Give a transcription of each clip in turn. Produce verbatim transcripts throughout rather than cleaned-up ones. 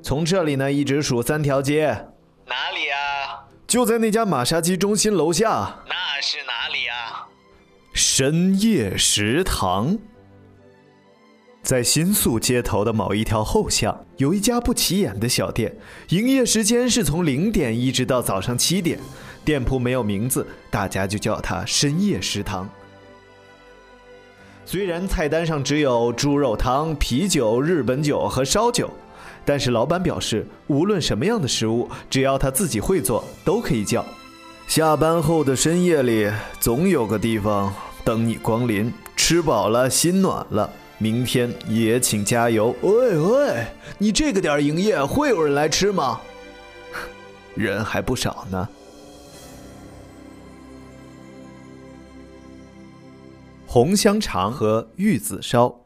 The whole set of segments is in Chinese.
从这里呢一直数三条街。 哪里啊？ 就在那家马杀鸡中心楼下。 那是哪里啊？ 深夜食堂。在新宿街头的某一条后巷，有一家不起眼的小店，营业时间是从零点一直到早上七点。店铺没有名字，大家就叫它深夜食堂。虽然菜单上只有猪肉汤、啤酒、日本酒和烧酒，但是老板表示，无论什么样的食物，只要他自己会做，都可以叫。下班后的深夜里，总有个地方等你光临。吃饱了，心暖了，明天也请加油。喂喂，你这个点营业，会有人来吃吗？人还不少呢。红香肠和玉子烧。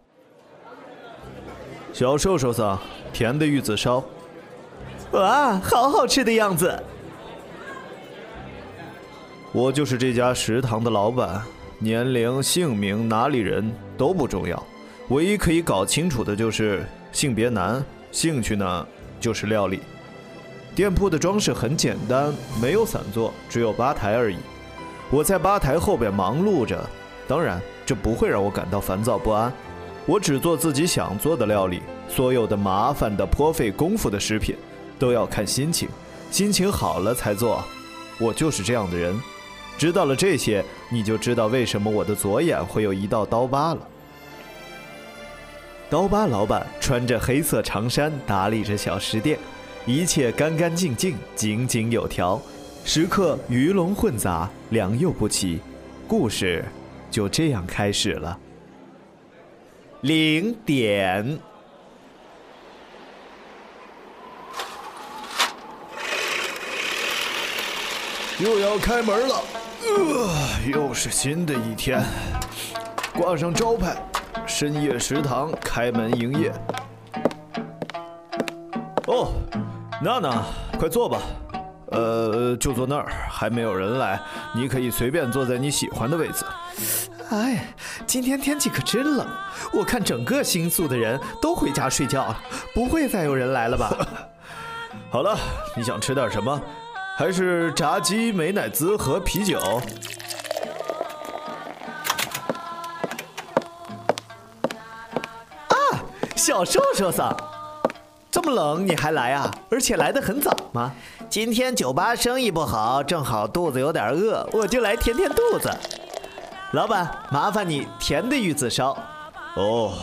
小瘦瘦桑，甜的玉子烧。哇，好好吃的样子。我就是这家食堂的老板，年龄、姓名、哪里人都不重要，唯一可以搞清楚的就是性别男，兴趣呢就是料理。店铺的装饰很简单，没有散座，只有吧台而已。我在吧台后边忙碌着，当然这不会让我感到烦躁不安。我只做自己想做的料理，所有的麻烦的、颇费功夫的食品都要看心情，心情好了才做。我就是这样的人。知道了这些，你就知道为什么我的左眼会有一道刀疤了。刀疤老板穿着黑色长衫，打理着小食店，一切干干净净，井井有条，时刻鱼龙混杂，良莠不齐。故事就这样开始了。零点。又要开门了，呃，又是新的一天。挂上招牌，深夜食堂开门营业。哦，娜娜，快坐吧。呃，就坐那儿，还没有人来，你可以随便坐在你喜欢的位子。哎，今天天气可真冷，我看整个新宿的人都回家睡觉了，不会再有人来了吧？好了，你想吃点什么？还是炸鸡、美乃滋和啤酒？啊，小瘦瘦桑，这么冷你还来啊？而且来得很早吗？今天酒吧生意不好，正好肚子有点饿，我就来填填肚子。老板，麻烦你甜的玉子烧。哦。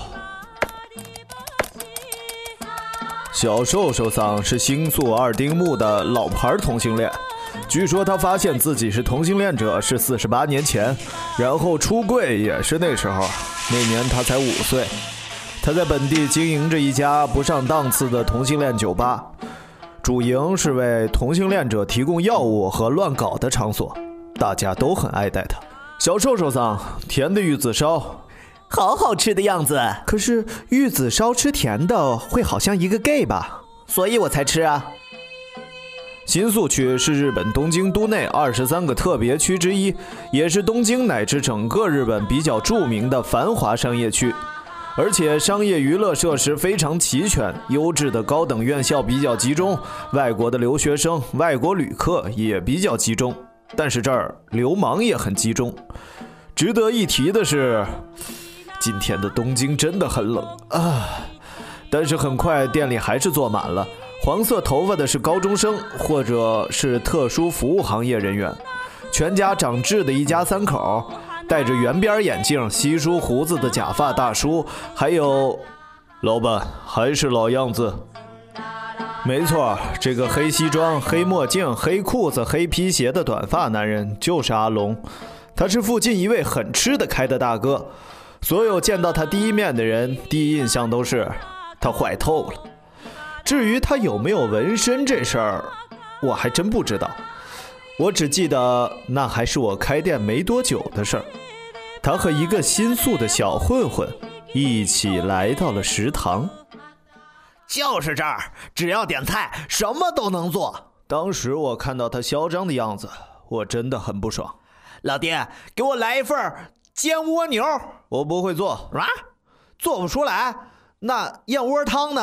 小瘦瘦桑是新宿二丁目的老牌同性恋，据说他发现自己是同性恋者是四十八年前，然后出柜也是那时候，那年他才五岁。他在本地经营着一家不上档次的同性恋酒吧，主营是为同性恋者提供药物和乱搞的场所，大家都很爱戴他。小瘦瘦桑，甜的玉子烧。好好吃的样子，可是玉子烧吃甜的会好像一个 gay 吧，所以我才吃啊。新宿区是日本东京都内二十三个特别区之一，也是东京乃至整个日本比较著名的繁华商业区，而且商业娱乐设施非常齐全，优质的高等院校比较集中，外国的留学生、外国旅客也比较集中，但是这儿流氓也很集中。值得一提的是，今天的东京真的很冷啊！但是很快店里还是坐满了，黄色头发的是高中生或者是特殊服务行业人员，全家长智的一家三口，戴着圆边眼镜、稀疏胡子的假发大叔，还有老板还是老样子。没错，这个黑西装、黑墨镜、黑裤子、黑皮鞋的短发男人就是阿龙，他是附近一位很吃得开的大哥。所有见到他第一面的人，第一印象都是他坏透了。至于他有没有纹身这事儿，我还真不知道。我只记得那还是我开店没多久的事儿。他和一个新宿的小混混一起来到了食堂。 就是这儿，只要点菜，什么都能做。 当时我看到他嚣张的样子，我真的很不爽。 老爹，给我来一份煎蜗牛。 我不会做啊，做不出来。那燕窝汤呢？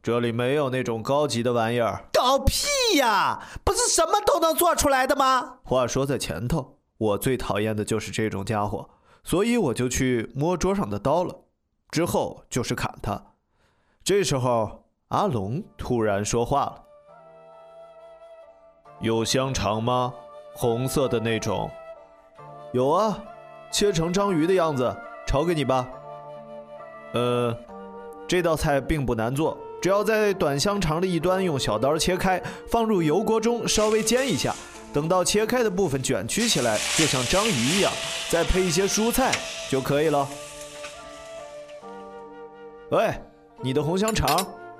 这里没有那种高级的玩意儿。 搞屁呀！不是什么都能做出来的吗？ 话说在前头，我最讨厌的就是这种家伙，所以我就去摸桌上的刀了，之后就是砍他。这时候阿龙突然说话了：有香肠吗？红色的那种。有啊，切成章鱼的样子，炒给你吧。呃，这道菜并不难做，只要在短香肠的一端用小刀切开，放入油锅中稍微煎一下，等到切开的部分卷曲起来，就像章鱼一样，再配一些蔬菜就可以了。喂，你的红香肠。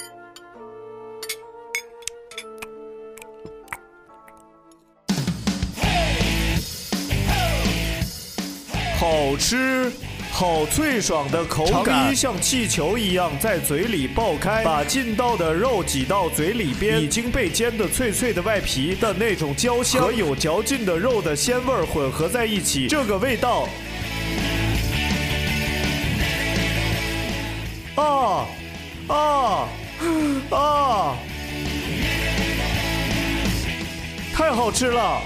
好吃，好脆爽的口感，肠衣像气球一样在嘴里爆开，把劲道的肉挤到嘴里边，已经被煎得脆脆的外皮的那种焦香和有嚼劲的肉的鲜味混合在一起，这个味道啊啊啊！太好吃了！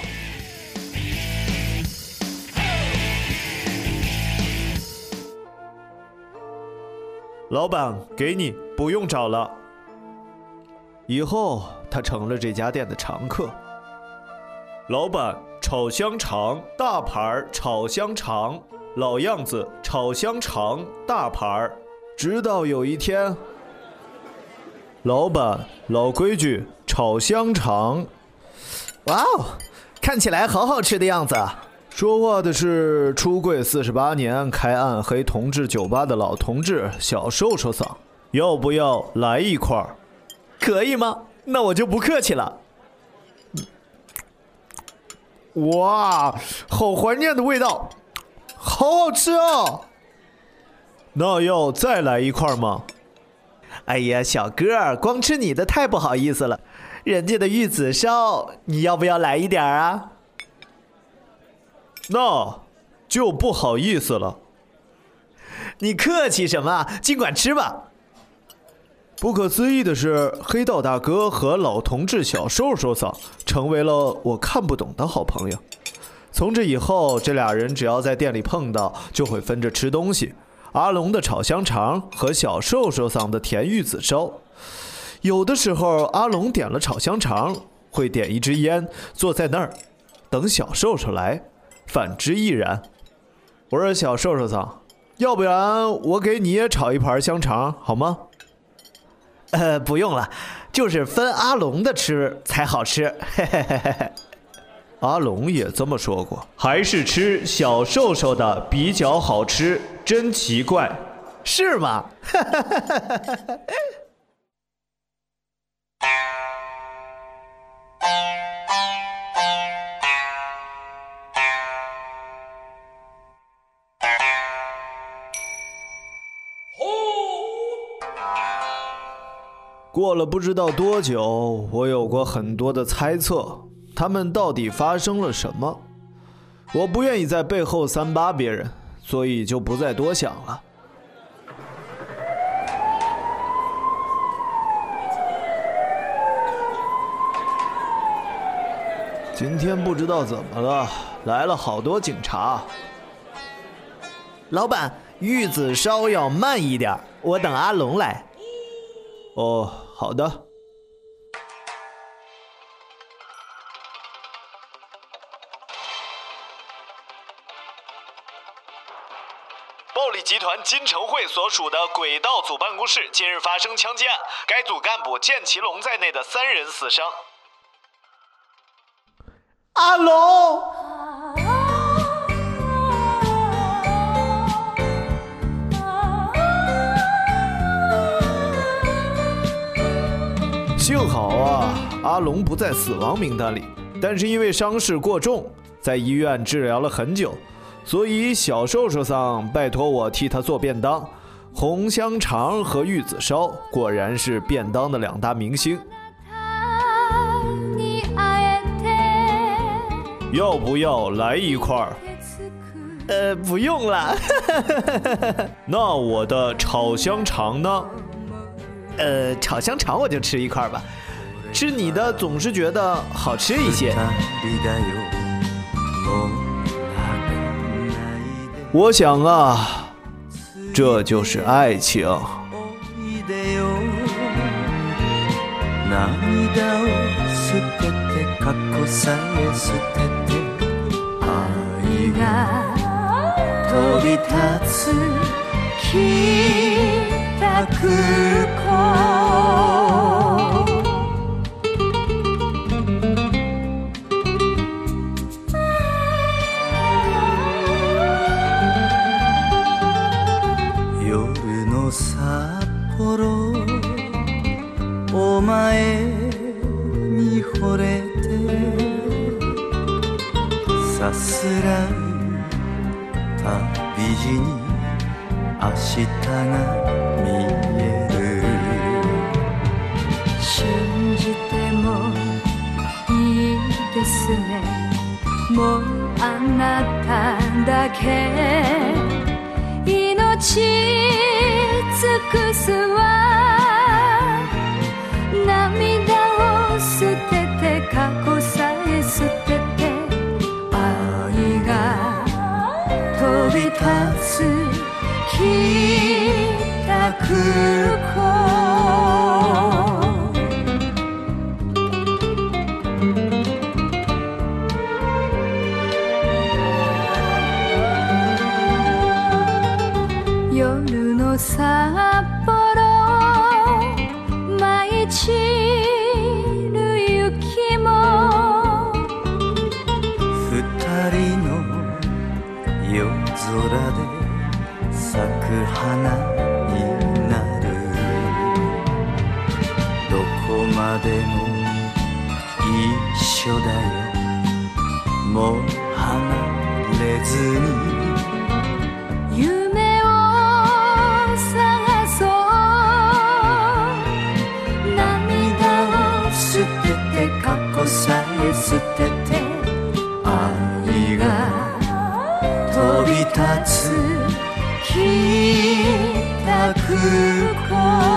老板，给你，不用找了。以后他成了这家店的常客。老板，炒香肠，大盘炒香肠，老样子，炒香肠，大盘。直到有一天，老板，老规矩，炒香肠。 哇哦，看起来好好吃的样子。 说话的是出柜四十八年开暗黑同志酒吧的老同志小瘦瘦桑，要不要来一块？ 可以吗？那我就不客气了。哇，好怀念的味道，好好吃哦！ 那要再来一块吗？ 哎呀，小哥，光吃你的太不好意思了，人家的玉子烧，你要不要来一点啊？ 那就不好意思了。 你客气什么？尽管吃吧。 不可思议的是，黑道大哥和老同志小瘦瘦桑成为了我看不懂的好朋友。从这以后，这俩人只要在店里碰到，就会分着吃东西。阿龙的炒香肠和小瘦瘦桑的甜玉子烧。有的时候，阿龙点了炒香肠，会点一支烟，坐在那儿等小瘦瘦来。反之亦然。我说小瘦瘦桑，要不然我给你也炒一盘香肠好吗？ 呃，不用了，就是分阿龙的吃才好吃。嘿嘿嘿嘿。 阿龙也这么说过，还是吃小瘦瘦的比较好吃，真奇怪， 是吗？ 过了不知道多久，我有过很多的猜测，他们到底发生了什么？我不愿意在背后三八别人，所以就不再多想了。今天不知道怎么了，来了好多警察。 老板，玉子烧要慢一点，我等阿龙来。 哦，好的。暴力集团金城会所属的轨道组办公室近日发生枪击案，该组干部剑奇龙在内的三人死伤。 阿龙！ 幸好啊，阿龙不在死亡名单里，但是因为伤势过重，在医院治疗了很久，所以小瘦瘦桑拜托我替他做便当。红香肠和玉子烧果然是便当的两大明星。要不要来一块儿？ 呃，不用了。 那我的炒香肠呢？ 呃，炒香肠我就吃一块吧，吃你的总是觉得好吃一些。 我想啊，这就是愛情。 飛び立つ北空港夜の札幌お前に惚れてさすらう旅路に明日が見える信じてもいいですねもうあなただけ命尽くすわ涙を捨てて過去さえ捨てて愛が飛び立つ北空港夜の札幌舞い散る雪も二人の夜空で咲く花になるどこまでも一緒だよもう離れずに夢を探そう涙を捨てて過去さえ捨てて愛が飛び立つ北空港